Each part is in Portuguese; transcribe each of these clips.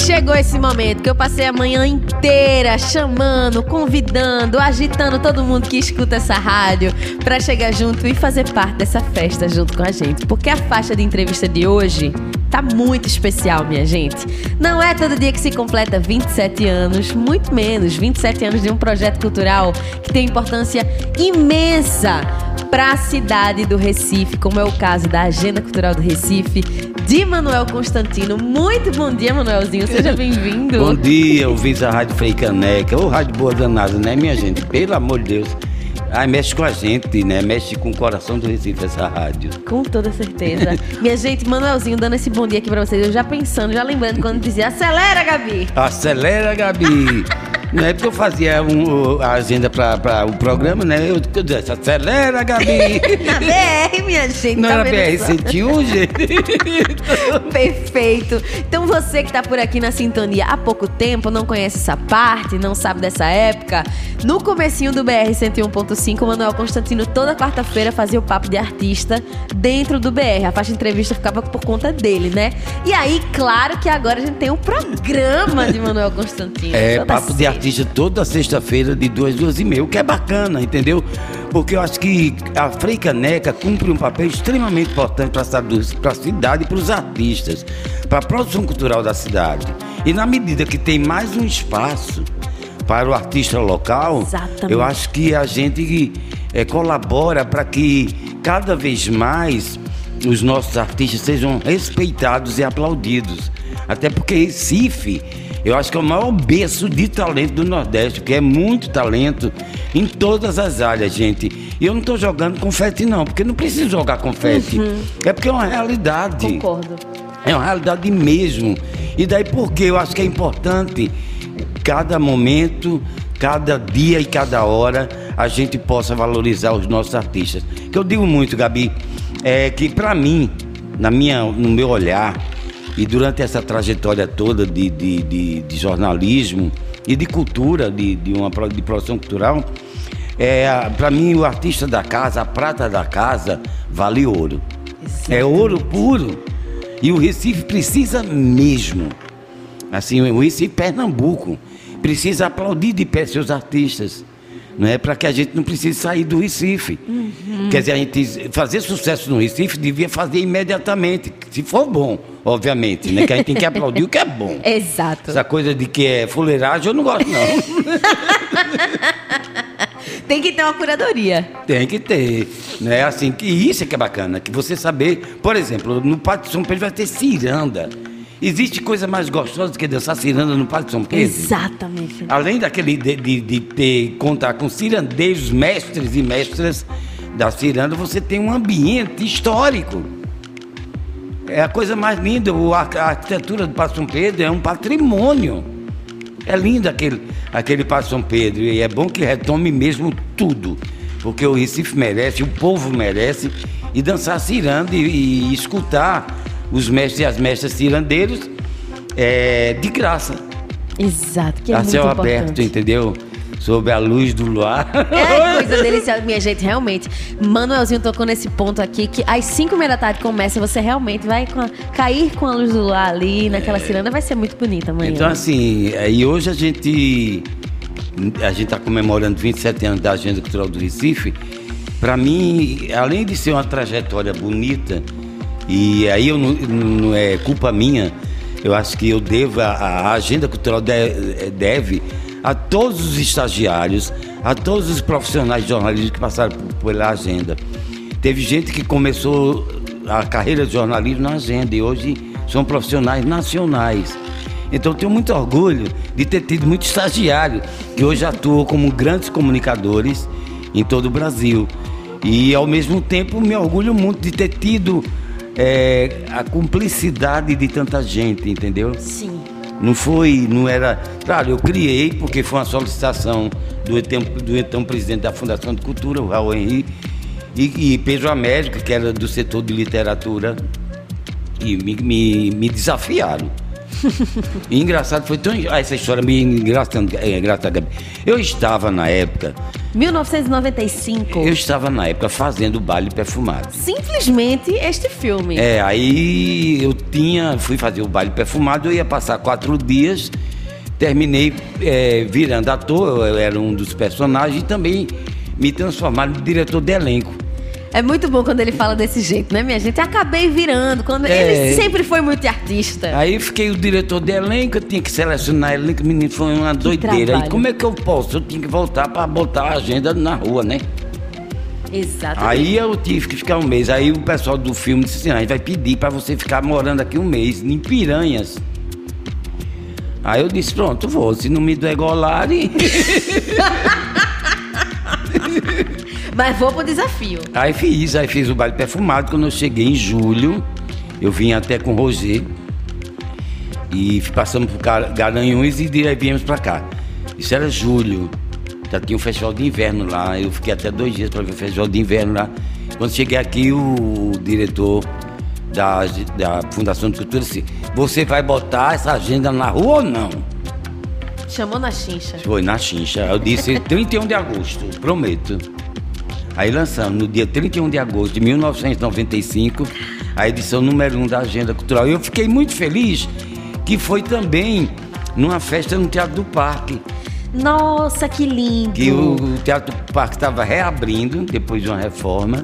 Chegou esse momento que eu passei a manhã inteira chamando, convidando, agitando todo mundo que escuta essa rádio pra chegar junto e fazer parte dessa festa junto com a gente. Porque a faixa de entrevista de hoje tá muito especial, minha gente. Não é todo dia que se completa 27 anos, muito menos 27 anos de um projeto cultural que tem importância imensa para a cidade do Recife, como é o caso da Agenda Cultural do Recife, de Manuel Constantino. Muito bom dia, Manuelzinho, seja bem-vindo. Bom dia, ouvintes da Rádio Frei Caneca. Ô, rádio boa danada, né, minha gente? Pelo amor de Deus. Ai, mexe com a gente, né? Mexe com o coração do Recife, essa rádio. Com toda certeza. Minha gente, Manuelzinho dando esse bom dia aqui pra vocês. Eu já pensando, já lembrando quando dizia: acelera, Gabi! Acelera, Gabi! Não é porque eu fazia a agenda para o programa, né? Eu disse: acelera, Gabi! Na BR, minha gente. Não tá era vendo BR-101, gente? Perfeito. Então você que tá por aqui na sintonia há pouco tempo, não conhece essa parte, não sabe dessa época, no comecinho do BR 101.5, o Manuel Constantino toda quarta-feira fazia o papo de artista dentro do BR. A faixa de entrevista ficava por conta dele, né? E aí, claro que agora a gente tem um programa de Manuel Constantino. É, papo de artista toda sexta-feira de 2h30, o que é bacana, entendeu? Porque eu acho que a Frei Caneca cumpre um papel extremamente importante para a cidade e para os artistas, para a produção cultural da cidade. E na medida que tem mais um espaço para o artista local, exatamente, eu acho que a gente colabora para que cada vez mais os nossos artistas sejam respeitados e aplaudidos. Até porque Recife, eu acho que é o maior berço de talento do Nordeste, porque é muito talento em todas as áreas, gente. E eu não estou jogando confete, não, porque não preciso jogar confete. É porque é uma realidade. Concordo. É uma realidade mesmo. E daí porque eu acho que é importante, cada momento, cada dia e cada hora, a gente possa valorizar os nossos artistas. O que eu digo muito, Gabi, é que para mim, no meu olhar, e durante essa trajetória toda de jornalismo e de cultura, de produção cultural, para mim o artista da casa, a prata da casa, vale ouro. Exatamente. É ouro puro. E o Recife precisa mesmo. Assim, o Recife Pernambuco precisa aplaudir de pé seus artistas. Não é para que a gente não precise sair do Recife. Quer dizer, a gente fazer sucesso no Recife devia fazer imediatamente, se for bom, obviamente, né? Que a gente tem que aplaudir o que é bom. Exato. Essa coisa de que é fuleiragem eu não gosto, não. Tem que ter uma curadoria. Tem que ter, né? Assim, que isso é que é bacana, que você saber, por exemplo, no Pátio de São Pedro vai ter ciranda. Existe coisa mais gostosa do que dançar ciranda no Pátio de São Pedro? Exatamente. Além daquele de contar com cirandeiros, mestres e mestras da ciranda, você tem um ambiente histórico. É a coisa mais linda. A arquitetura do Pátio de São Pedro é um patrimônio. É lindo aquele Pátio de São Pedro. E é bom que retome mesmo tudo. Porque o Recife merece, o povo merece. E dançar ciranda e escutar os mestres e as mestras cirandeiros de graça. Exato, que é a muito céu importante. aberto, entendeu? Sob a luz do luar. É coisa deliciosa, minha gente, realmente. Manuelzinho tocou nesse ponto aqui, que às 5h30 da tarde começa, você realmente vai cair com a luz do luar ali, naquela ciranda, vai ser muito bonita amanhã. Então assim, e hoje a gente está comemorando 27 anos da Agenda Cultural do Recife. Para mim, além de ser uma trajetória bonita, e aí não é culpa minha, eu acho que eu devo, a Agenda Cultural deve a todos os estagiários, a todos os profissionais de jornalismo que passaram pela Agenda. Teve gente que começou a carreira de jornalismo na Agenda e hoje são profissionais nacionais. Então eu tenho muito orgulho de ter tido muito estagiário que hoje atuam como grandes comunicadores em todo o Brasil. E ao mesmo tempo me orgulho muito de ter tido a cumplicidade de tanta gente, entendeu? Sim. Não era... Claro, eu criei porque foi uma solicitação do então presidente da Fundação de Cultura, o Raul Henrique, e Pedro Américo, que era do setor de literatura, e me desafiaram. E engraçado, foi tão... essa história me engraçada, Gabi. Eu estava na época 1995. Eu estava na época fazendo o Baile Perfumado. Simplesmente este filme. Aí fui fazer o Baile Perfumado, eu ia passar 4 dias, terminei virando ator, eu era um dos personagens e também me transformaram em diretor de elenco. É muito bom quando ele fala desse jeito, né, minha gente? Acabei virando, ele sempre foi muito artista. Aí eu fiquei o diretor de elenco, eu tinha que selecionar elenco, menino, foi uma doideira. Trabalho. Aí como é que eu posso? Eu tinha que voltar para botar a agenda na rua, né? Exatamente. Aí eu tive que ficar um mês. Aí o pessoal do filme disse assim, a gente vai pedir para você ficar morando aqui um mês, em Piranhas. Aí eu disse, pronto, vou, se não me degolare... Mas vou pro desafio. Aí fiz o Baile Perfumado. Quando eu cheguei em julho, eu vim até com o Roger e passamos por Garanhuns e daí viemos pra cá. Isso era julho, já tinha um festival de inverno lá. Eu fiquei até 2 dias para ver o festival de inverno lá. Quando cheguei aqui, o diretor da Fundação de Cultura disse: você vai botar essa agenda na rua ou não? Chamou na chincha. Foi na chincha. Eu disse 31 de agosto, prometo. Aí lançamos no dia 31 de agosto de 1995 a edição número 1 da Agenda Cultural. E eu fiquei muito feliz que foi também numa festa no Teatro do Parque. Nossa, que lindo! Que o Teatro do Parque estava reabrindo depois de uma reforma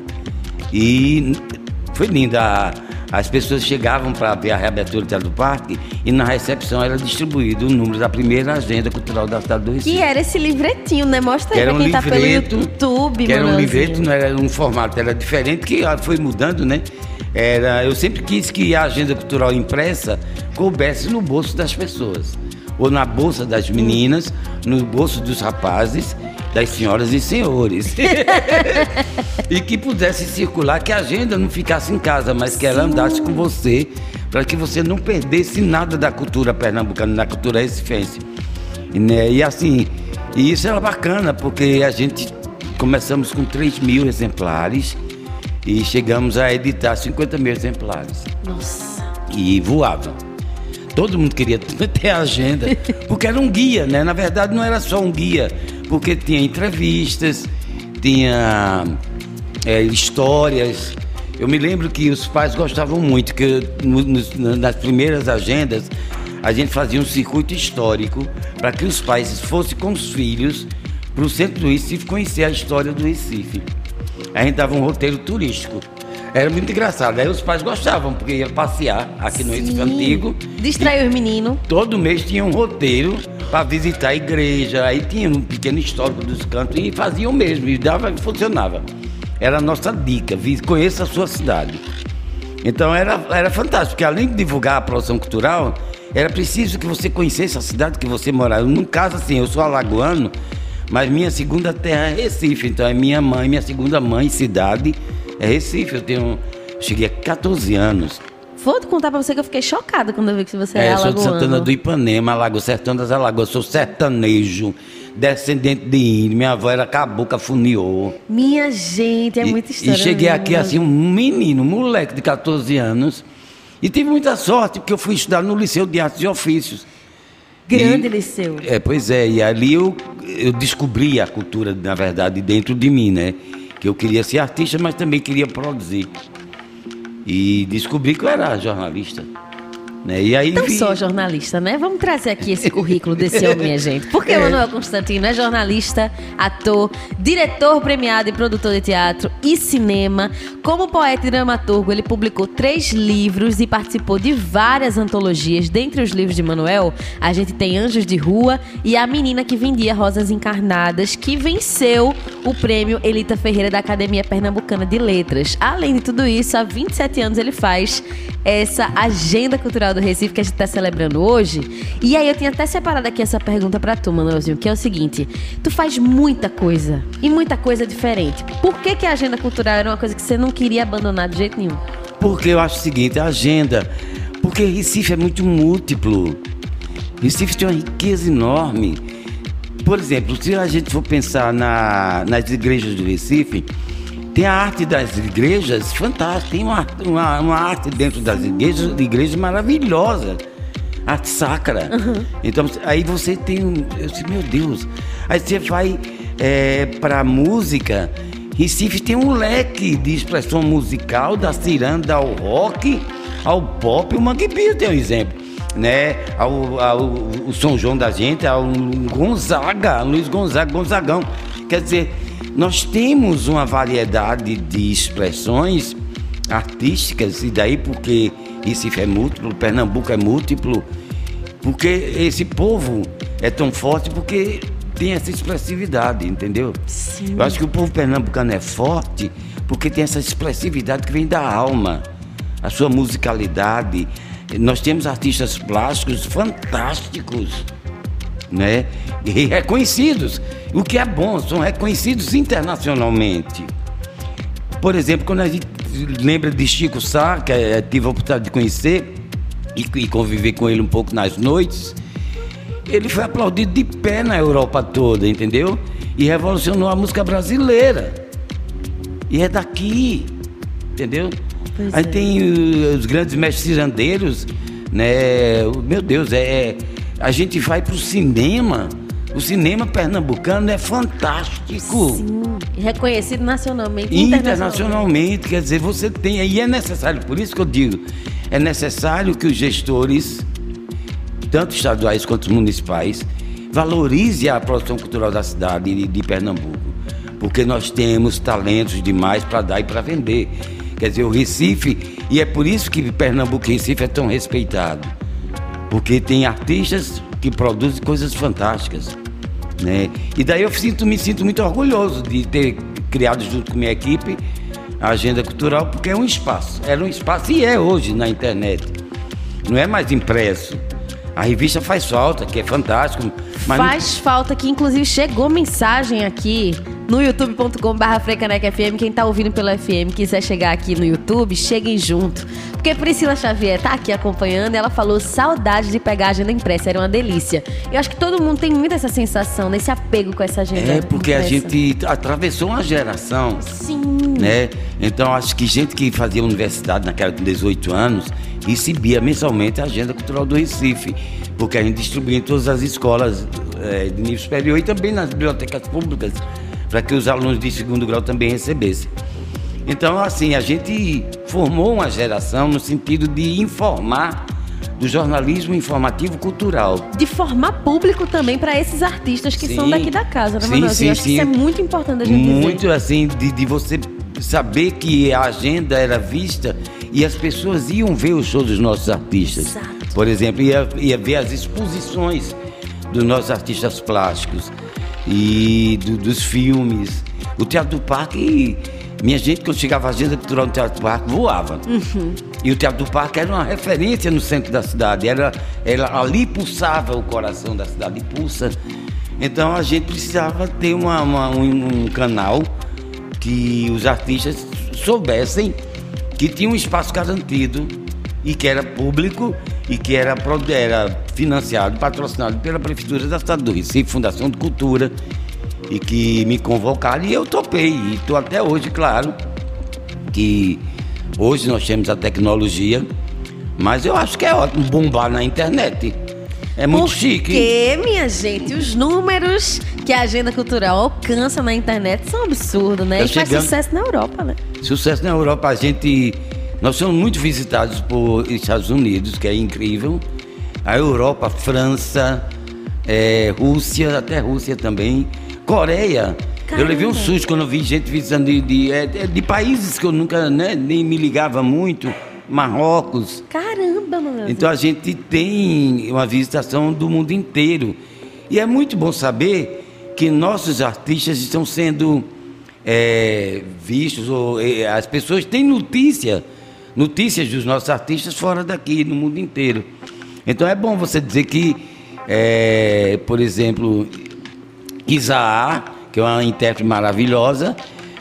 e foi lindo. As pessoas chegavam para ver a reabertura do Teatro do Parque e na recepção era distribuído o número da primeira agenda cultural da cidade do Recife. Que era esse livretinho, né? Mostra aí pra quem tá pelo YouTube, que era um livreto, Manuelzinho. não era um formato, era diferente, que foi mudando, né? Eu sempre quis que a agenda cultural impressa coubesse no bolso das pessoas. Ou na bolsa das meninas, no bolso dos rapazes, das senhoras e senhores. E que pudesse circular, que a agenda não ficasse em casa, mas que ela andasse com você, para que você não perdesse nada da cultura pernambucana, da cultura recifense. E assim, e isso era bacana, porque a gente começamos com 3.000 exemplares e chegamos a editar 50.000 exemplares. Nossa. E voava. Todo mundo queria ter a agenda, porque era um guia, né? Na verdade, não era só um guia, porque tinha entrevistas, tinha histórias. Eu me lembro que os pais gostavam muito, que nas primeiras agendas, a gente fazia um circuito histórico para que os pais fossem com os filhos para o centro do Recife conhecer a história do Recife. A gente dava um roteiro turístico. Era muito engraçado. Aí os pais gostavam, porque ia passear aqui no Recife Antigo. Distrair os meninos. Todo mês tinha um roteiro para visitar a igreja. Aí tinha um pequeno histórico dos cantos e faziam mesmo. E funcionava. Era a nossa dica. Conheça a sua cidade. Então era fantástico, porque além de divulgar a produção cultural, era preciso que você conhecesse a cidade que você morava. No caso, assim, eu sou alagoano, mas minha segunda terra é Recife. Então é minha segunda mãe, cidade é Recife. Eu cheguei a 14 anos. Vou contar pra você que eu fiquei chocada quando eu vi que você é Eu alagoano. sou de Santana do Ipanema, Alagoas, Sertão das Alagoas. Sou sertanejo, descendente de índio. Minha avó era cabocla, funiô. Minha gente, é muita história. E cheguei mesmo, aqui assim, um menino, um moleque de 14 anos. E tive muita sorte, porque eu fui estudar no Liceu de Artes e Ofícios. Grande liceu. Pois é, e ali eu descobri a cultura, na verdade, dentro de mim, né? Que eu queria ser artista, mas também queria produzir. E descobri que eu era jornalista. Né? E aí Não só jornalista, né? Vamos trazer aqui esse currículo desse homem, minha gente. Porque Manuel Constantino é jornalista, ator, diretor premiado e produtor de teatro e cinema. Como poeta e dramaturgo, ele publicou 3 livros e participou de várias antologias. Dentre os livros de Manuel, a gente tem Anjos de Rua e A Menina que Vendia Rosas Encarnadas, que venceu o prêmio Elita Ferreira da Academia Pernambucana de Letras. Além de tudo isso, há 27 anos ele faz essa agenda cultural do Recife que a gente está celebrando hoje. E aí eu tinha até separado aqui essa pergunta pra tu, Manuelzinho, que é o seguinte: tu faz muita coisa e muita coisa diferente. Por que a agenda cultural era uma coisa que você não queria abandonar de jeito nenhum? Porque eu acho o seguinte, a agenda, porque Recife é muito múltiplo. Recife tem uma riqueza enorme. Por exemplo, se a gente for pensar nas igrejas do Recife, tem a arte das igrejas fantástica, tem uma arte dentro das igrejas maravilhosa, arte sacra. Então, aí você tem, eu disse, meu Deus, aí você vai para a música, Recife tem um leque de expressão musical, da ciranda ao rock, ao pop. O Mangue Beat tem um exemplo, né? O São João da gente, ao Gonzaga, Luiz Gonzaga, Gonzagão. Quer dizer, nós temos uma variedade de expressões artísticas, e daí porque Recife é múltiplo, Pernambuco é múltiplo, porque esse povo é tão forte porque tem essa expressividade, entendeu? Sim. Eu acho que o povo pernambucano é forte porque tem essa expressividade que vem da alma, a sua musicalidade. Nós temos artistas plásticos fantásticos, né? E reconhecidos, o que é bom, são reconhecidos internacionalmente. Por exemplo, quando a gente lembra de Chico Sá, que tive a oportunidade de conhecer e conviver com ele um pouco nas noites, ele foi aplaudido de pé na Europa toda, entendeu? E revolucionou a música brasileira. E é daqui, entendeu? Aí tem os grandes mestres cirandeiros, né? Meu Deus, a gente vai pro cinema. O cinema pernambucano é fantástico. Sim, reconhecido nacionalmente, internacionalmente. Quer dizer, você tem, e é necessário, por isso que eu digo, é necessário que os gestores, tanto estaduais quanto municipais, valorizem a produção cultural da cidade de Pernambuco, porque nós temos talentos demais para dar e para vender. Quer dizer, o Recife, e é por isso que Pernambuco e Recife é tão respeitado, porque tem artistas que produzem coisas fantásticas, né? E daí eu me sinto muito orgulhoso de ter criado junto com minha equipe a Agenda Cultural, porque é um espaço, era um espaço e é hoje na internet, não é mais impresso. A revista faz falta, que é fantástico. Mas faz falta, que inclusive chegou mensagem aqui no youtube.com/FreiCanecFM. Quem tá ouvindo pelo FM, quiser chegar aqui no YouTube, cheguem junto. Porque Priscila Xavier tá aqui acompanhando e ela falou saudade de pegar a agenda impressa, era uma delícia. Eu acho que todo mundo tem muito essa sensação, nesse apego com essa agenda impressa. É, porque a gente atravessou uma geração. Sim. Né? Então, acho que gente que fazia universidade naquela de 18 anos recebia mensalmente a Agenda Cultural do Recife, porque a gente distribuía em todas as escolas de nível superior e também nas bibliotecas públicas, para que os alunos de segundo grau também recebessem. Então, assim, a gente formou uma geração no sentido de informar, do jornalismo informativo cultural. De formar público também para esses artistas que são daqui da casa, né, Manoel? Sim, Eu acho que isso é muito importante a gente muito, dizer. assim, de você saber que a agenda era vista e as pessoas iam ver os shows dos nossos artistas. Exato. Por exemplo, ia ver as exposições dos nossos artistas plásticos e dos filmes. O Teatro do Parque, minha gente, quando chegava a agenda cultural no Teatro do Parque, voava. Uhum. E o Teatro do Parque era uma referência no centro da cidade. Ali pulsava o coração da cidade, e pulsa. Então a gente precisava ter um canal que os artistas soubessem que tinha um espaço garantido e que era público e que era financiado, patrocinado pela Prefeitura da cidade do Recife, Fundação de Cultura, e que me convocaram e eu topei. E estou até hoje, claro, que hoje nós temos a tecnologia, mas eu acho que é ótimo bombar na internet. É muito chique. Porque, minha gente, os números que a Agenda Cultural alcança na internet são absurdos, né? E faz sucesso na Europa, né? Sucesso na Europa. Nós somos muito visitados por Estados Unidos, que é incrível. A Europa, França, Rússia, até Rússia também. Coreia. Caramba. Eu levei um susto quando eu vi gente visitando de países que eu nunca, né, nem me ligava muito. Marrocos. Caramba, mano. Então a gente tem uma visitação do mundo inteiro. E é muito bom saber que nossos artistas estão sendo vistos, as pessoas têm notícias dos nossos artistas fora daqui, no mundo inteiro. Então é bom você dizer que, por exemplo, Isaá, que é uma intérprete maravilhosa,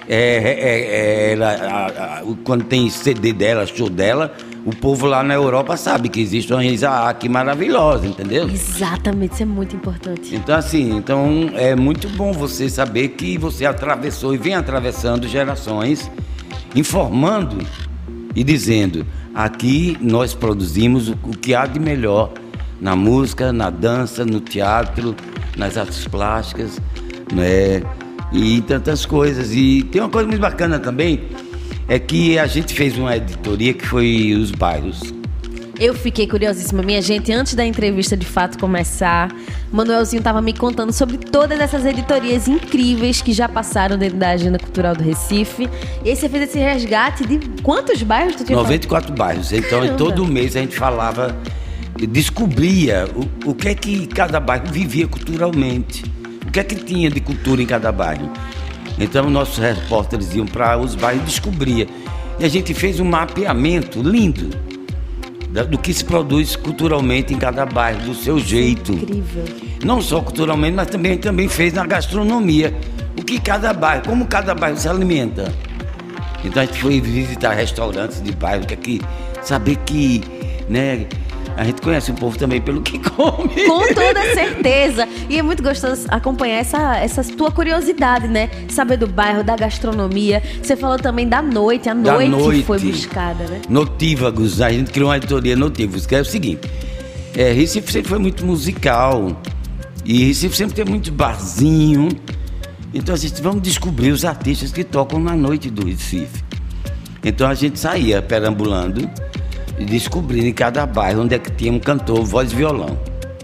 quando tem CD dela, show dela, o povo lá na Europa sabe que existe uma Isaá aqui maravilhosa, entendeu? Exatamente, isso é muito importante. Então, assim, é muito bom você saber que você atravessou e vem atravessando gerações, informando e dizendo: aqui nós produzimos o que há de melhor na música, na dança, no teatro, nas artes plásticas, né? e tantas coisas. E tem uma coisa muito bacana também, é que a gente fez uma editoria que foi os bairros. Eu fiquei curiosíssima, minha gente, antes da entrevista de fato começar, Manuelzinho estava me contando sobre todas essas editorias incríveis que já passaram dentro da Agenda Cultural do Recife. E aí você fez esse resgate de quantos bairros tu tinha 94 falado? Bairros. Então, todo mês a gente falava, descobria o que é que cada bairro vivia culturalmente, o que é que tinha de cultura em cada bairro. Então, nossos repórteres iam para os bairros e descobria. E a gente fez um mapeamento lindo do que se produz culturalmente em cada bairro, do seu jeito. Incrível. Não só culturalmente, mas também fez na gastronomia. O que cada bairro, como cada bairro se alimenta. Então a gente foi visitar restaurantes de bairro, que aqui, saber que, né, a gente conhece o povo também pelo que come. Com toda certeza. E é muito gostoso acompanhar essa tua curiosidade, né? Saber do bairro, da gastronomia. Você falou também da noite. A noite foi buscada, né? Notívagos. A gente criou uma editoria Notívagos, que é o seguinte. Recife sempre foi muito musical. E Recife sempre tem muito barzinho. Então a gente vamos descobrir os artistas que tocam na noite do Recife. Então a gente saía perambulando e descobrindo em cada bairro onde é que tinha um cantor, voz e violão.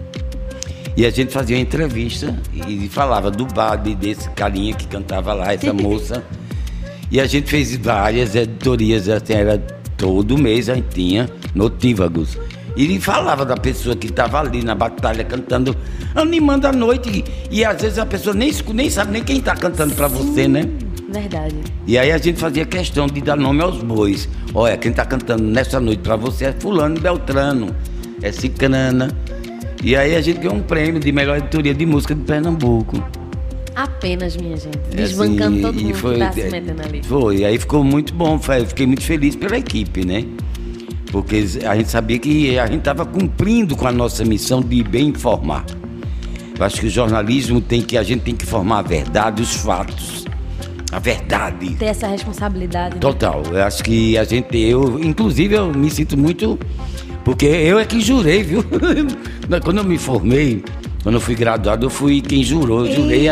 E a gente fazia uma entrevista e falava do bar desse carinha que cantava lá, essa moça. E a gente fez várias editorias, assim, era todo mês a gente tinha Notívagos. E falava da pessoa que estava ali na batalha cantando, animando a noite. E às vezes a pessoa nem sabe nem quem está cantando para você, né? Verdade. E aí a gente fazia questão de dar nome aos bois. Olha, quem está cantando nessa noite para você é fulano e beltrano, é cicrana. E aí a gente ganhou um prêmio de melhor editoria de música de Pernambuco. Apenas, minha gente. Desbancando assim, todo mundo que tá se metendo ali. Foi, aí ficou muito bom. Fiquei muito feliz pela equipe, né? Porque a gente sabia que a gente estava cumprindo com a nossa missão de bem informar. Eu acho que o jornalismo a gente tem que informar a verdade, os fatos. A verdade. Ter essa responsabilidade. Né? Total. Eu acho que inclusive eu me sinto muito, porque eu é que jurei, viu? Quando eu me formei, quando eu fui graduado, eu fui quem jurou.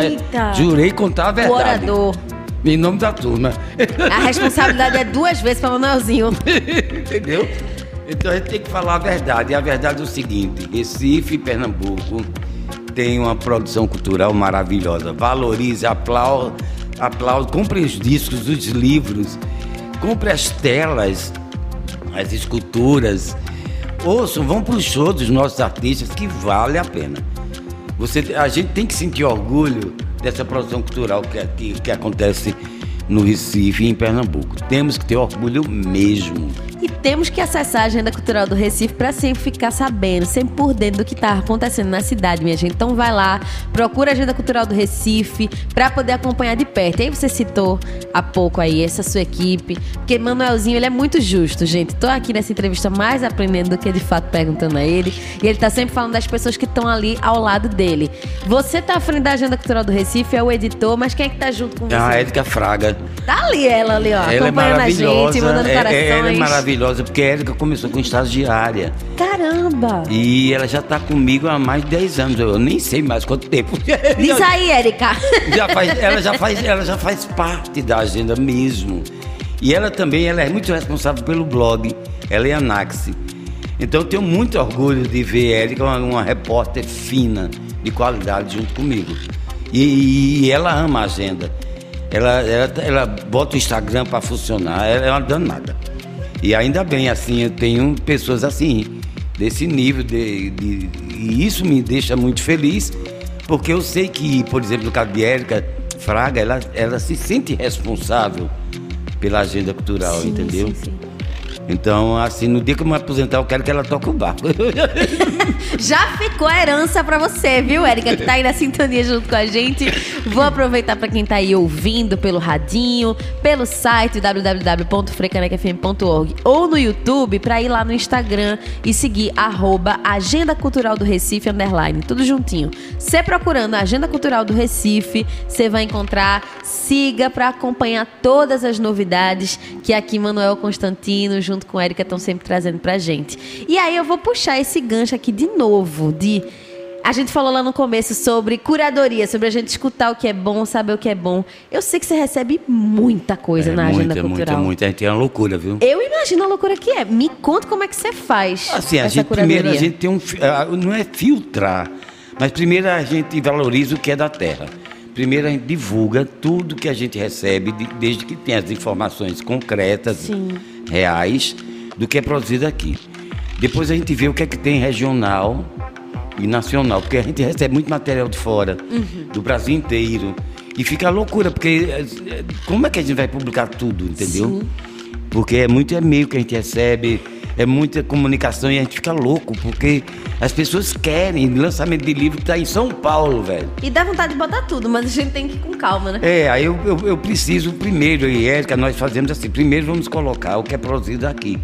Jurei contar a verdade. O orador. Em nome da turma. A responsabilidade é 2 vezes para o Manuelzinho. Entendeu? Então a gente tem que falar a verdade. E a verdade é o seguinte: Recife e Pernambuco tem uma produção cultural maravilhosa. Valorize, aplaude, compre os discos, os livros, compre as telas, as esculturas. Ouçam, vão para o show dos nossos artistas, que vale a pena. A gente tem que sentir orgulho dessa produção cultural que acontece no Recife e em Pernambuco. Temos que ter orgulho mesmo. E temos que acessar a Agenda Cultural do Recife para sempre ficar sabendo, sempre por dentro do que está acontecendo na cidade, minha gente. Então vai lá, procura a Agenda Cultural do Recife para poder acompanhar de perto. E aí você citou há pouco aí essa sua equipe, porque Manuelzinho, ele é muito justo, gente. Tô aqui nessa entrevista mais aprendendo do que de fato perguntando a ele. E ele tá sempre falando das pessoas que estão ali ao lado dele. Você tá à frente da Agenda Cultural do Recife, é o editor, mas quem é que tá junto com você? A Érica Fraga. Tá ali ela ali, ó, ela acompanhando a gente, mandando corações. Ela é maravilhosa, porque a Érica começou com estagiária. Caramba! E ela já tá comigo há mais de 10 anos. Eu nem sei mais quanto tempo. Diz aí, Érica. Ela já faz parte da agenda mesmo. E ela é muito responsável pelo blog. Ela é Anaxi. Então eu tenho muito orgulho de ver a Érica, uma repórter fina, de qualidade, junto comigo. E ela ama a agenda. Ela bota o Instagram para funcionar, ela é uma danada. E ainda bem, assim, eu tenho pessoas assim, desse nível, e isso me deixa muito feliz, porque eu sei que, por exemplo, no caso de Érica Fraga, ela se sente responsável pela agenda cultural, sim, entendeu? Sim. Então, assim, no dia que eu me aposentar, eu quero que ela toque o barco. Já ficou a herança pra você, viu, Érica, que tá aí na sintonia junto com a gente. Vou aproveitar pra quem tá aí ouvindo pelo radinho, pelo site www.frecanecfm.org ou no YouTube, pra ir lá no Instagram e seguir @Agenda Cultural do Recife _, tudo juntinho. Você procurando a Agenda Cultural do Recife, você vai encontrar, siga pra acompanhar todas as novidades que aqui Manuel Constantino, junto com a Érica, estão sempre trazendo pra gente. E aí eu vou puxar esse gancho aqui de novo, A gente falou lá no começo sobre curadoria, sobre a gente escutar o que é bom, saber o que é bom. Eu sei que você recebe muita coisa na agenda cultural. Muita. A gente é uma loucura, viu? Eu imagino a loucura que é. Me conta como é que você faz assim, essa primeiro a gente tem não é filtrar, mas primeiro a gente valoriza o que é da terra. Primeiro a gente divulga tudo que a gente recebe, desde que tenha as informações concretas, sim, reais, do que é produzido aqui. Depois a gente vê o que é que tem regional e nacional, porque a gente recebe muito material de fora, do Brasil inteiro. E fica loucura, porque como é que a gente vai publicar tudo, entendeu? Sim. Porque é muito e-mail que a gente recebe, é muita comunicação e a gente fica louco, porque as pessoas querem. Lançamento de livro está em São Paulo, velho. E dá vontade de botar tudo, mas a gente tem que ir com calma, né? Aí eu preciso primeiro, eu e Érica, nós fazemos assim, primeiro vamos colocar o que é produzido aqui.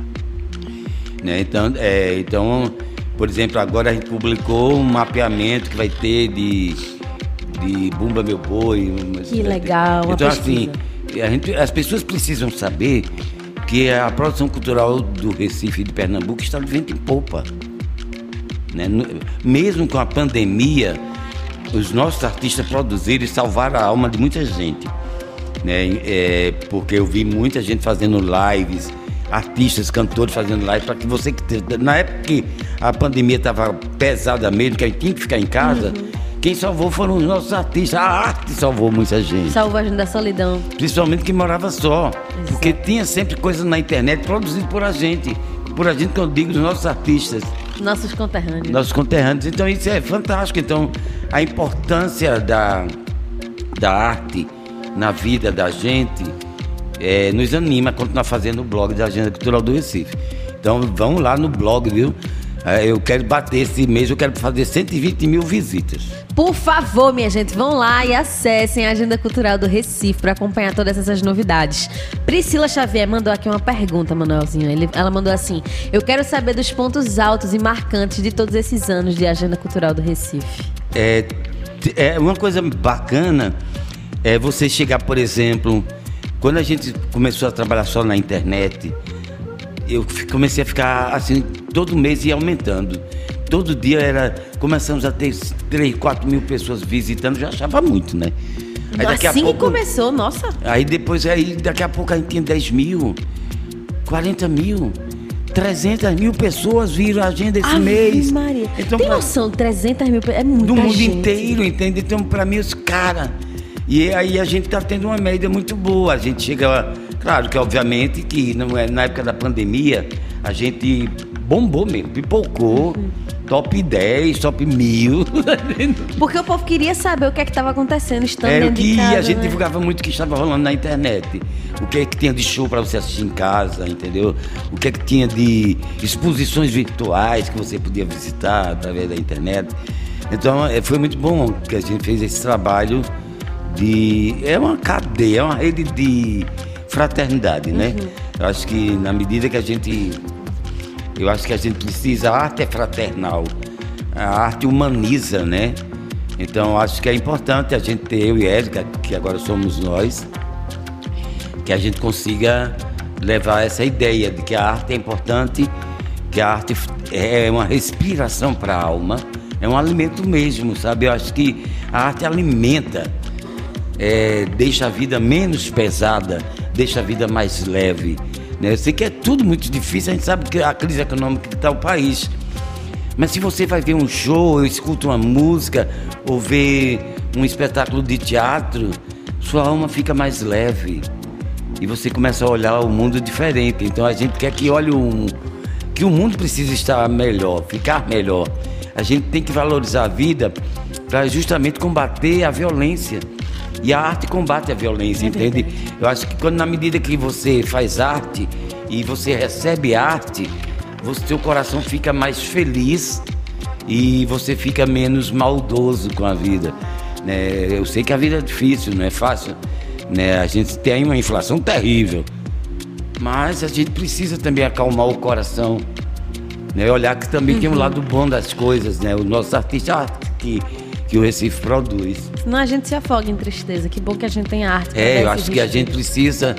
Né? Então, por exemplo, agora a gente publicou um mapeamento que vai ter de Bumba Meu Boi. Que legal, então, assim, as pessoas precisam saber que a produção cultural do Recife e de Pernambuco está de vento em popa. Né? Mesmo com a pandemia, os nossos artistas produziram e salvaram a alma de muita gente. Né? Porque eu vi muita gente fazendo lives, artistas, cantores fazendo live, para que você... Na época que a pandemia estava pesada mesmo, que a gente tinha que ficar em casa, quem salvou foram os nossos artistas. A arte salvou muita gente. Salvou a gente da solidão. Principalmente quem morava só. Exato. Porque tinha sempre coisas na internet produzidas por a gente. Por a gente que eu digo, os nossos artistas. Nossos conterrâneos. Nossos conterrâneos. Então isso é fantástico. Então a importância da arte na vida da gente nos anima a continuar fazendo o blog da Agenda Cultural do Recife. Então vão lá no blog, viu? Eu quero bater esse mês, eu quero fazer 120 mil visitas. Por favor, minha gente, vão lá e acessem a Agenda Cultural do Recife para acompanhar todas essas novidades. Priscila Xavier mandou aqui uma pergunta, Manuelzinho. Ela mandou assim: eu quero saber dos pontos altos e marcantes de todos esses anos de Agenda Cultural do Recife. Uma coisa bacana é você chegar, por exemplo, quando a gente começou a trabalhar só na internet, eu comecei a ficar assim, todo mês ia aumentando. Todo dia começamos a ter 3, 4 mil pessoas visitando, já achava muito, né? Aí daqui assim a pouco, que começou, nossa. Aí depois, daqui a pouco a gente tinha 10 mil, 40 mil, 300 mil pessoas viram a agenda esse mês. Maria. Então, tem noção, 300 mil pessoas, é muita gente. Do mundo inteiro, entende? Então, pra mim, os caras... E aí a gente tá tendo uma média muito boa. A gente chega... Claro que, obviamente, que na época da pandemia, a gente bombou mesmo, pipocou, top 10, top 1000. Porque o povo queria saber o que é que estava acontecendo, estando dentro de casa, a gente divulgava muito o que estava rolando na internet. O que é que tinha de show para você assistir em casa, entendeu? O que é que tinha de exposições virtuais que você podia visitar através da internet. Então, foi muito bom que a gente fez esse trabalho é uma cadeia, é uma rede de fraternidade, né? Eu acho que na medida que a gente precisa, a arte é fraternal, a arte humaniza, né? Então acho que é importante a gente ter, eu e Érica, que agora somos nós, que a gente consiga levar essa ideia de que a arte é importante, que a arte é uma respiração para a alma, é um alimento mesmo, sabe? Eu acho que a arte alimenta, deixa a vida menos pesada, deixa a vida mais leve, né? Eu sei que é tudo muito difícil, a gente sabe que a crise econômica que está o país, mas se você vai ver um show, ou escuta uma música, ou ver um espetáculo de teatro, sua alma fica mais leve e você começa a olhar o mundo diferente. Então a gente quer que olhe que o mundo precisa estar melhor, ficar melhor. A gente tem que valorizar a vida para justamente combater a violência. E a arte combate a violência, entende? Eu acho que na medida que você faz arte e você recebe arte, seu coração fica mais feliz e você fica menos maldoso com a vida, né? Eu sei que a vida é difícil, não é fácil, né? A gente tem uma inflação terrível, mas a gente precisa também acalmar o coração, né? Olhar que também tem um lado bom das coisas, né? Os nossos artistas que o Recife produz. Senão a gente se afoga em tristeza. Que bom que a gente tem arte. Eu acho que a gente precisa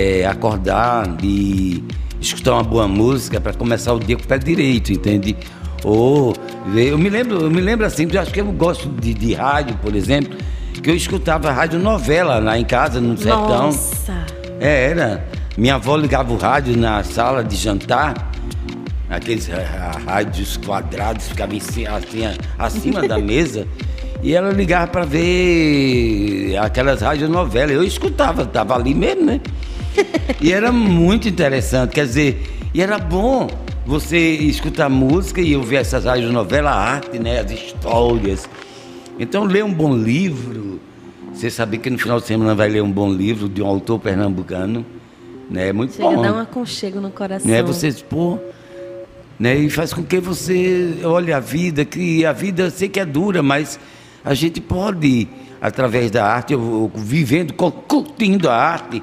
acordar e escutar uma boa música para começar o dia com o pé direito, entende? Eu me lembro assim, eu acho que eu gosto de rádio, por exemplo, que eu escutava rádio novela lá em casa, no sertão. Nossa! Era. Minha avó ligava o rádio na sala de jantar, aqueles rádios quadrados, ficavam assim, acima da mesa, e ela ligava para ver aquelas radionovelas. Eu escutava, estava ali mesmo, né? E era muito interessante, quer dizer, e era bom você escutar música e ouvir essas radionovelas, a arte, né? As histórias. Então, ler um bom livro, você saber que no final de semana vai ler um bom livro de um autor pernambucano, né? É muito bom. Chega a dar um aconchego no coração. Né? Você expor, né? E faz com que você olhe a vida, que a vida eu sei que é dura, mas a gente pode, através da arte, vivendo, curtindo a arte,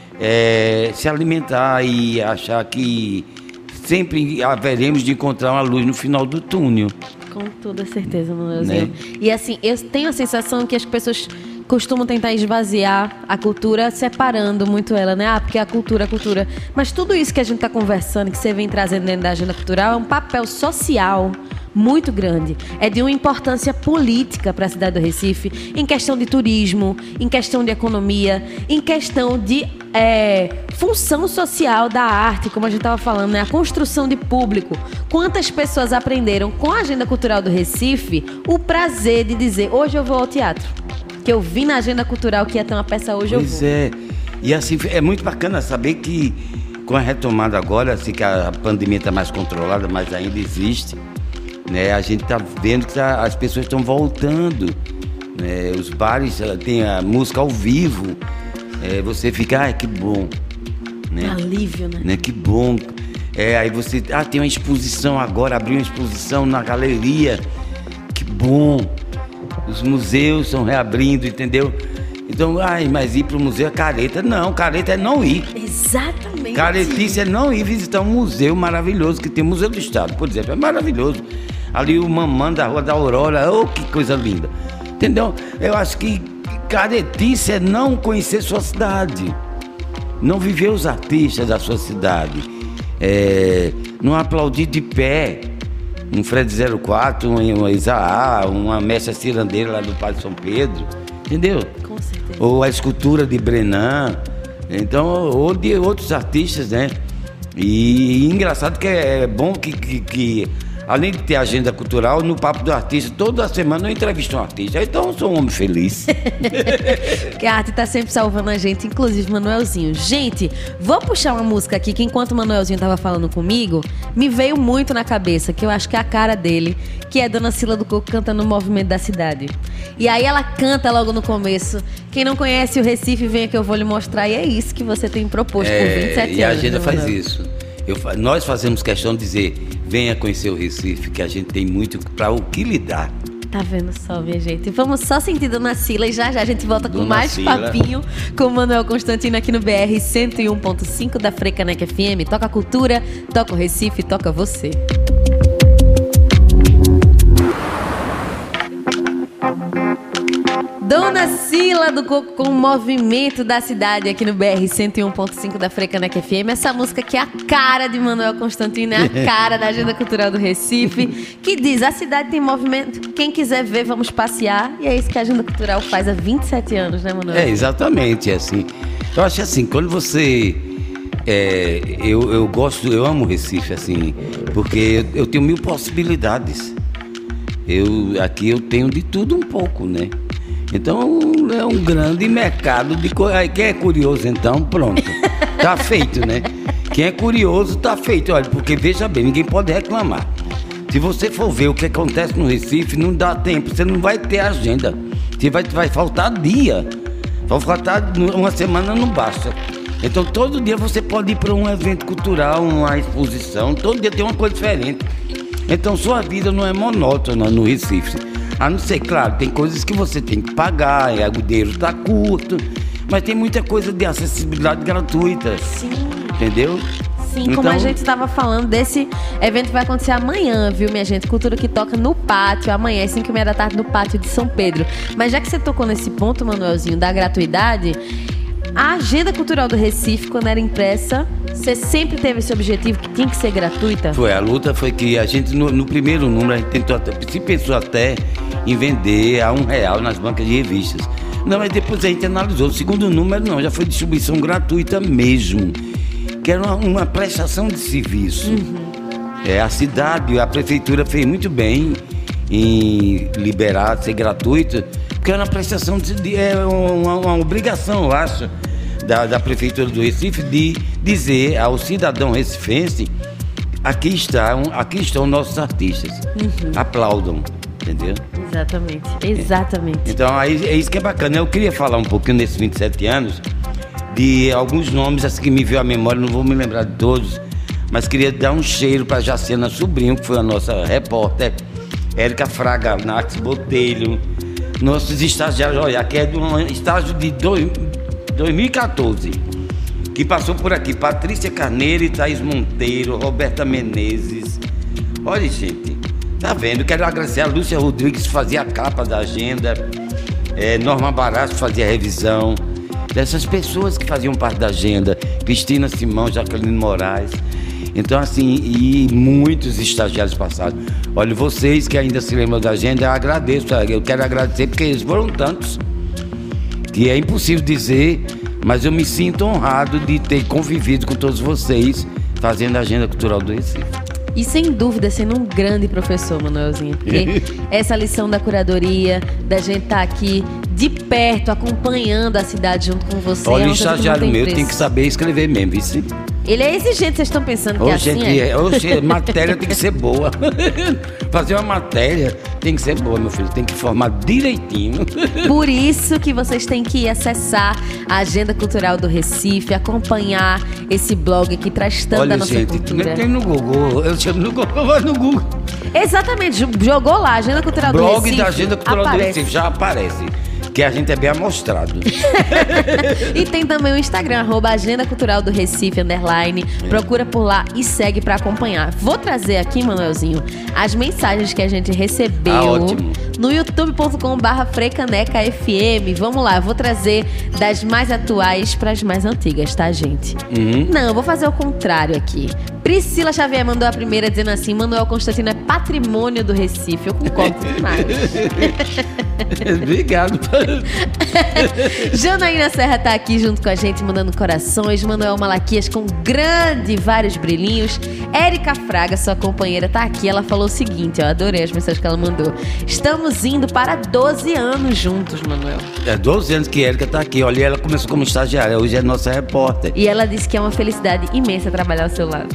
se alimentar e achar que sempre haveremos de encontrar uma luz no final do túnel. Com toda certeza, Manuelzinho. Né? E assim, eu tenho a sensação que as pessoas costumam tentar esvaziar a cultura, separando muito ela, né? Porque a cultura. Mas tudo isso que a gente está conversando, que você vem trazendo dentro da agenda cultural, é um papel social muito grande. É de uma importância política para a cidade do Recife, em questão de turismo, em questão de economia, em questão de função social da arte, como a gente estava falando, né? A construção de público. Quantas pessoas aprenderam com a agenda cultural do Recife o prazer de dizer, hoje eu vou ao teatro. Que eu vi na agenda cultural que ia ter uma peça hoje, eu vou. Pois é. E assim, é muito bacana saber que com a retomada agora, assim que a pandemia está mais controlada, mas ainda existe, né? A gente está vendo que as pessoas estão voltando, né? Os bares têm a música ao vivo. Você fica, que bom. Né? Alívio, né? Que bom. Aí você, tem uma exposição agora, abriu uma exposição na galeria. Que bom. Os museus estão reabrindo, entendeu? Então, mas ir para o museu é careta. Não, careta é não ir. Exatamente. Caretice é não ir visitar um museu maravilhoso, que tem o Museu do Estado, por exemplo, é maravilhoso. Ali o Mamã da Rua da Aurora, que coisa linda. Entendeu? Eu acho que caretice é não conhecer sua cidade, não viver os artistas da sua cidade, não aplaudir de pé um Fred 04, um Isaá, uma Mestra Cirandeira lá do Padre São Pedro, entendeu? Com certeza. Ou a escultura de Brenan, então, ou de outros artistas, né? E engraçado que é bom que além de ter agenda cultural, no Papo do Artista, toda semana eu entrevisto um artista. Então eu sou um homem feliz. Que a arte tá sempre salvando a gente, inclusive Manuelzinho. Gente, vou puxar uma música aqui que enquanto o Manuelzinho tava falando comigo, me veio muito na cabeça, que eu acho que é a cara dele, que é Dona Cila do Coco cantando no Movimento da Cidade. E aí ela canta logo no começo. Quem não conhece o Recife, venha que eu vou lhe mostrar. E é isso que você tem proposto por 27 anos. E a agenda faz isso. Nós fazemos questão de dizer, venha conhecer o Recife, que a gente tem muito para o que lidar. Tá vendo só, minha gente? Vamos só sentir Dona Cila e já a gente volta com Dona mais Cila. papinho com o Manuel Constantino aqui no BR 101.5 da Frecaneca FM. Toca a cultura, toca o Recife, toca você. Dona Cila do Coco com o Movimento da Cidade aqui no BR 101.5 da Frecaneca FM. Essa música que é a cara de Manuel Constantino, é a cara da agenda cultural do Recife, que diz, a cidade tem movimento, quem quiser ver, vamos passear. E é isso que a agenda cultural faz há 27 anos, né, Manuel? Exatamente, assim. Eu acho assim, quando você... eu amo o Recife, assim, porque eu tenho 1000 possibilidades. Aqui eu tenho de tudo um pouco, né? Então é um grande mercado de coisa. Quem é curioso, então, pronto. Tá feito, né? Quem é curioso, tá feito. Olha, porque veja bem, ninguém pode reclamar. Se você for ver o que acontece no Recife, não dá tempo, você não vai ter agenda. Vai faltar dia. Vai faltar uma semana, não basta. Então todo dia você pode ir para um evento cultural, uma exposição, todo dia tem uma coisa diferente. Então sua vida não é monótona no Recife. A não ser, claro, tem coisas que você tem que pagar, o dinheiro está curto, mas tem muita coisa de acessibilidade gratuita. Sim. Entendeu? Sim, então, como a gente estava falando, desse evento que vai acontecer amanhã, viu, minha gente? Cultura que toca no pátio, amanhã, às 5h30 da tarde, no pátio de São Pedro. Mas já que você tocou nesse ponto, Manuelzinho, da gratuidade, A Agenda Cultural do Recife, quando era impressa, você sempre teve esse objetivo que tinha que ser gratuita? Foi, a luta foi que a gente, no primeiro número, a gente se pensou até em vender a R$1 nas bancas de revistas. Não, mas depois a gente analisou. O segundo número não, já foi distribuição gratuita mesmo, que era uma prestação de serviço. A cidade, a prefeitura fez muito bem em liberar, ser gratuito, porque é uma prestação, uma obrigação, eu acho, da Prefeitura do Recife de dizer ao cidadão recifense: aqui estão nossos artistas, aplaudam, entendeu? Exatamente. Então aí é isso que é bacana. Eu queria falar um pouquinho nesses 27 anos de alguns nomes assim, que me veio à memória, não vou me lembrar de todos, mas queria dar um cheiro para Jacena Sobrinho, que foi a nossa repórter, Érica Fraga, Nax Botelho, nossos estagiários. Olha, aqui é de um estágio de 2014, que passou por aqui: Patrícia Carneiro, Thaís Monteiro, Roberta Menezes. Olha, gente, tá vendo? Quero agradecer a Lúcia Rodrigues, que fazia a capa da agenda, Norma Barato fazia a revisão, dessas pessoas que faziam parte da agenda, Cristina Simão, Jaqueline Moraes. Então, assim, e muitos estagiários passados. Olha, vocês que ainda se lembram da agenda, eu agradeço. Eu quero agradecer porque eles foram tantos que é impossível dizer, mas eu me sinto honrado de ter convivido com todos vocês fazendo a Agenda Cultural do Recife. E sem dúvida sendo um grande professor, Manuelzinho, porque essa lição da curadoria, da gente estar aqui de perto, acompanhando a cidade junto com você. Olha, o estagiário meu tem que saber escrever mesmo, isso. Ele é exigente, vocês estão pensando que Hoje matéria tem que ser boa. Fazer uma matéria tem que ser boa, meu filho. Tem que formar direitinho. Por isso que vocês têm que acessar a Agenda Cultural do Recife, acompanhar esse blog que traz tanta da nossa cultura. Olha, gente, tem no Google. Eu chamo no Google, vai no Google. Exatamente, jogou lá, Agenda Cultural do Recife. Blog da Agenda Cultural do Recife, já aparece. Que a gente é bem amostrado. E tem também o Instagram, @Agenda Cultural do Recife, _. Procura por lá e segue pra acompanhar. Vou trazer aqui, Manuelzinho, as mensagens que a gente recebeu no youtube.com/FreiCanecaFM. Vamos lá, vou trazer das mais atuais para as mais antigas, tá, gente? Não, eu vou fazer o contrário aqui. Priscila Xavier mandou a primeira dizendo assim: Manuel Constantino é patrimônio do Recife. Eu concordo demais. Obrigado. Janaína Serra tá aqui junto com a gente, mandando corações. Manuel Malaquias com vários brilhinhos. Érica Fraga, sua companheira, tá aqui. Ela falou o seguinte, eu adorei as mensagens que ela mandou: estamos indo para 12 anos juntos, Manuel. 12 anos que a Érica tá aqui. Olha, ela começou como estagiária, hoje é nossa repórter. E ela disse que é uma felicidade imensa trabalhar ao seu lado.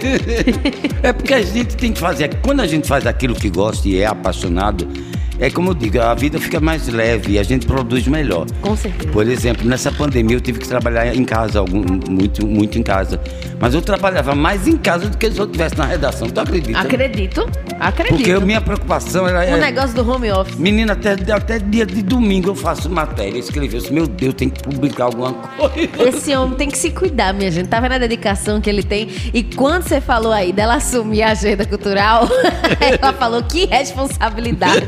É porque a gente tem que fazer. Quando a gente faz aquilo que gosta e é apaixonado, é como eu digo, a vida fica mais leve e a gente produz melhor. Com certeza. Por exemplo, nessa pandemia eu tive que trabalhar em casa, muito em casa. Mas eu trabalhava mais em casa do que se eu estivesse na redação. Tu acredita? Acredito. Porque a minha preocupação era... O negócio do home office. Menina, até dia de domingo eu faço matéria. Escrevi assim: meu Deus, tem que publicar alguma coisa. Esse homem tem que se cuidar, minha gente. Tá vendo a dedicação que ele tem? E quando você falou aí dela assumir a agenda cultural, ela falou: que responsabilidade.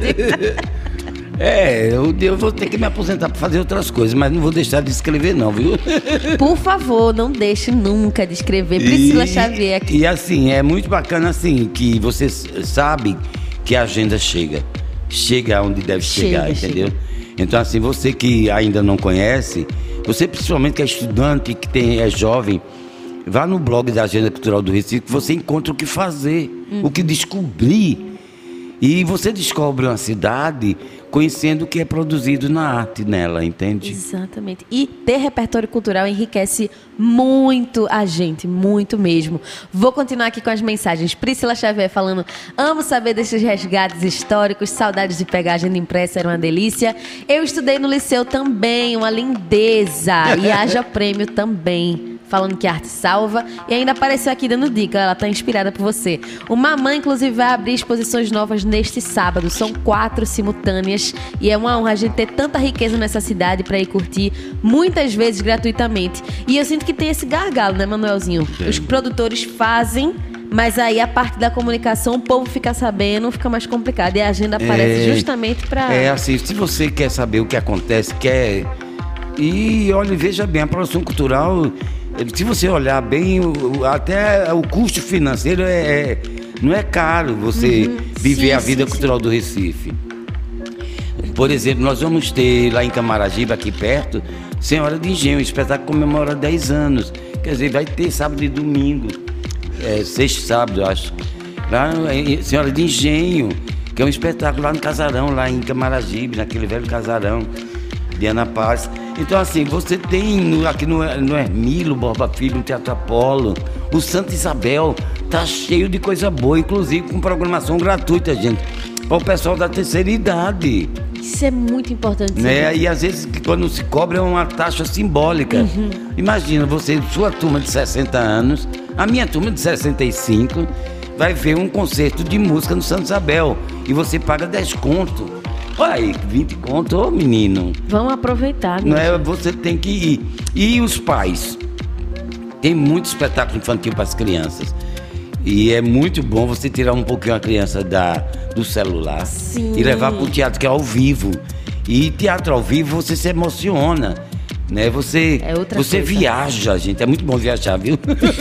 Eu vou ter que me aposentar para fazer outras coisas, mas não vou deixar de escrever não, viu? Por favor, não deixe nunca de escrever. Priscila Xavier aqui. E assim, é muito bacana assim, que você sabe que a agenda chega onde deve chegar, entendeu? Então assim, você que ainda não conhece, você principalmente que é estudante, que é jovem, vá no blog da Agenda Cultural do Recife, que você encontra o que fazer, o que descobrir. E você descobre uma cidade conhecendo o que é produzido na arte nela, entende? Exatamente. E ter repertório cultural enriquece muito a gente, muito mesmo. Vou continuar aqui com as mensagens. Priscila Xavier falando: amo saber desses resgates históricos, saudades de pegar a agenda impressa, era uma delícia. Eu estudei no liceu também, uma lindeza. E haja prêmio também. Falando que a arte salva, e ainda apareceu aqui dando dica, ela tá inspirada por você. O Mamãe, inclusive, vai abrir exposições novas neste sábado, são 4 simultâneas, e é uma honra a gente ter tanta riqueza nessa cidade para ir curtir, muitas vezes gratuitamente. E eu sinto que tem esse gargalo, né, Manuelzinho? Os produtores fazem, mas aí a parte da comunicação, o povo fica sabendo, fica mais complicado, e a agenda aparece justamente para... assim, se você quer saber o que acontece, quer E olha, veja bem, a produção cultural, se você olhar bem, até o custo financeiro não é caro você viver a vida cultural do Recife. Por exemplo, nós vamos ter lá em Camaragibe, aqui perto, Senhora de Engenho, um espetáculo que comemora 10 anos. Quer dizer, vai ter sábado e domingo, sexta e sábado, acho. Lá Senhora de Engenho, que é um espetáculo lá no Casarão, lá em Camaragibe, naquele velho casarão de Ana Paz. Então, assim, você tem aqui no Hermílio Borba Filho, no Teatro Apolo, o Santa Isabel, tá cheio de coisa boa, inclusive com programação gratuita, gente, para o pessoal da terceira idade. Isso é muito importante. Né? E às vezes, quando se cobra, é uma taxa simbólica. Imagina, sua turma de 60 anos, a minha turma de 65, vai ver um concerto de música no Santa Isabel e você paga 10 conto. Olha aí, 20 conto, ô menino. Vamos aproveitar, não é? Você tem que ir. E os pais? Tem muito espetáculo infantil para as crianças. E é muito bom você tirar um pouquinho a criança do celular. Sim. E levar para o teatro, que é ao vivo. E teatro ao vivo você se emociona, né? Você viaja, gente. É muito bom viajar, viu?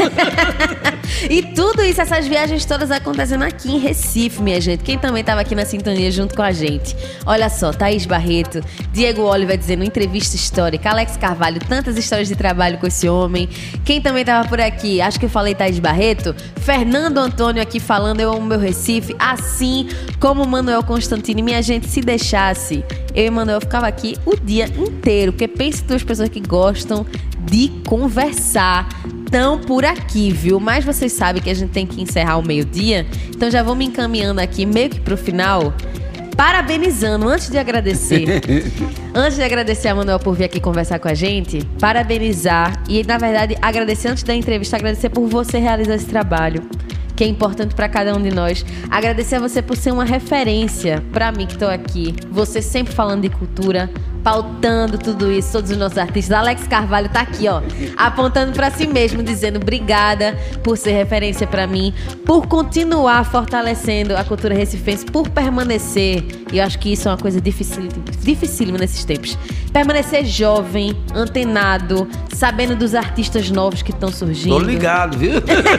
E tudo isso, essas viagens todas acontecendo aqui em Recife, minha gente. Quem também estava aqui na sintonia junto com a gente? Olha só, Thaís Barreto, Diego Oliver dizendo entrevista histórica, Alex Carvalho, tantas histórias de trabalho com esse homem. Quem também estava por aqui? Acho que eu falei Thaís Barreto. Fernando Antônio aqui falando, eu amo meu Recife, assim como Manuel Constantino. Minha gente, se deixasse, eu e Manuel ficava aqui o dia inteiro, porque pense em duas pessoas que gostam de conversar. Estão por aqui, viu? Mas vocês sabem que a gente tem que encerrar o meio-dia, então já vou me encaminhando aqui meio que pro final, parabenizando, antes de agradecer a Manuel por vir aqui conversar com a gente, parabenizar e, na verdade, agradecer antes da entrevista, agradecer por você realizar esse trabalho, que é importante para cada um de nós. Agradecer a você por ser uma referência para mim que estou aqui. Você sempre falando de cultura, pautando tudo isso, todos os nossos artistas. Alex Carvalho tá aqui, ó, apontando para si mesmo, dizendo obrigada por ser referência para mim, por continuar fortalecendo a cultura recifense, por permanecer. E eu acho que isso é uma coisa dificílima nesses tempos. Permanecer jovem, antenado, sabendo dos artistas novos que estão surgindo. Tô ligado, viu?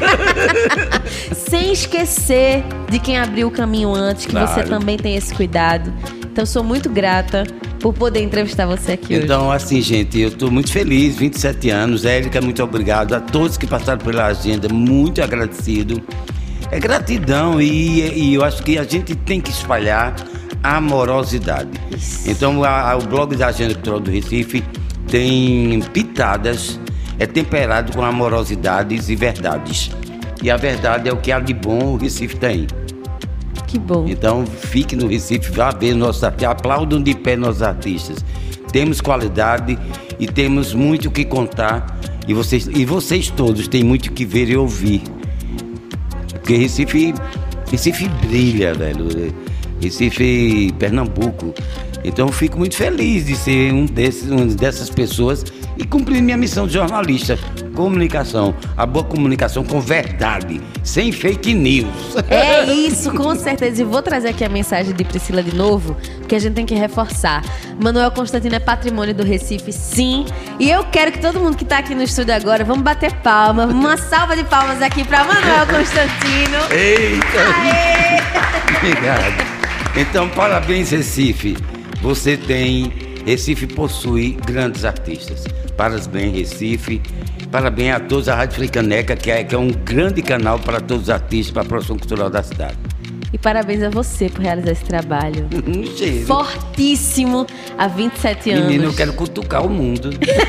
Sem esquecer de quem abriu o caminho antes, que você também tem esse cuidado. Então, sou muito grata por poder entrevistar você aqui hoje. Então, assim, gente, eu estou muito feliz, 27 anos. Érica, muito obrigado. A todos que passaram pela agenda, muito agradecido. É gratidão e eu acho que a gente tem que espalhar a amorosidade. Isso. Então, o blog da Agenda Cultural do Recife tem pitadas, é temperado com amorosidades e verdades. E a verdade é o que há de bom o Recife tem. Que bom. Então, fique no Recife, vá ver nossos artistas, aplaudam de pé nossos artistas. Temos qualidade e temos muito o que contar. E vocês todos têm muito o que ver e ouvir. Porque Recife brilha, velho. Recife, Pernambuco. Então, eu fico muito feliz de ser uma dessas pessoas e cumprir minha missão de jornalista. Comunicação, a boa comunicação com verdade, sem fake news. É isso, com certeza. E vou trazer aqui a mensagem de Priscila de novo, porque a gente tem que reforçar. Manuel Constantino é patrimônio do Recife, sim. E eu quero que todo mundo que está aqui no estúdio agora, vamos bater palma, uma salva de palmas aqui para Manuel Constantino. Eita! Aê! Obrigado. Então, parabéns, Recife. Recife possui grandes artistas. Parabéns, Recife. Parabéns a todos a Rádio Fricaneca, que é um grande canal para todos os artistas, para a produção cultural da cidade. E parabéns a você por realizar esse trabalho. Fortíssimo há 27 anos. Menino, eu quero cutucar o mundo.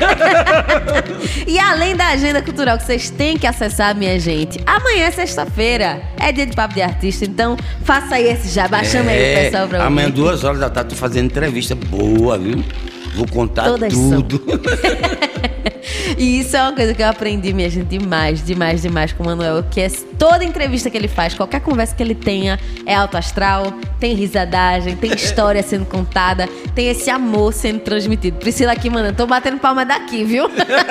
E além da agenda cultural que vocês têm que acessar, minha gente, amanhã é sexta-feira, é dia de papo de artista, então faça aí esse jabá, chama aí o pessoal pra ouvir. Amanhã, 2 horas da tarde, tô fazendo entrevista boa, viu? Vou contar todas tudo. E isso é uma coisa que eu aprendi, minha gente, demais com o Manuel, que é toda entrevista que ele faz, qualquer conversa que ele tenha, é alto astral, tem risadagem, tem história sendo contada, tem esse amor sendo transmitido. Priscila aqui, mano, tô batendo palma daqui, viu?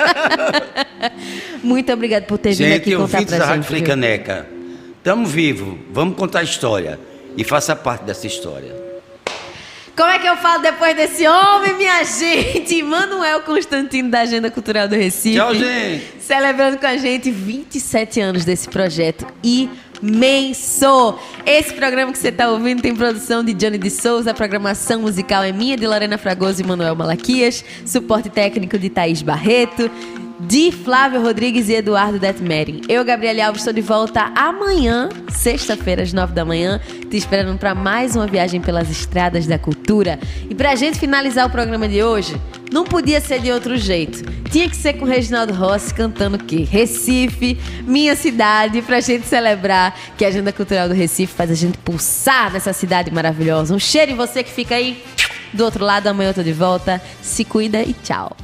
Muito obrigada por ter vindo aqui contar pra gente. Gente, ouvintes da Rádio Fricaneca, tamo vivo, vamos contar a história e faça parte dessa história. Como é que eu falo depois desse homem, minha gente? Manuel Constantino, da Agenda Cultural do Recife. Tchau, gente. Celebrando com a gente 27 anos desse projeto imenso. Esse programa que você está ouvindo tem produção de Johnny de Souza, a programação musical é minha, de Lorena Fragoso e Manuel Malaquias, suporte técnico de Thaís Barreto, de Flávio Rodrigues e Eduardo Detmering. Eu, Gabriele Alves, estou de volta amanhã, sexta-feira, às 9 da manhã, te esperando para mais uma viagem pelas estradas da cultura. E pra gente finalizar o programa de hoje, não podia ser de outro jeito. Tinha que ser com o Reginaldo Rossi cantando o quê? Recife, minha cidade, pra gente celebrar que a Agenda Cultural do Recife faz a gente pulsar nessa cidade maravilhosa. Um cheiro em você que fica aí do outro lado. Amanhã eu tô de volta. Se cuida e tchau.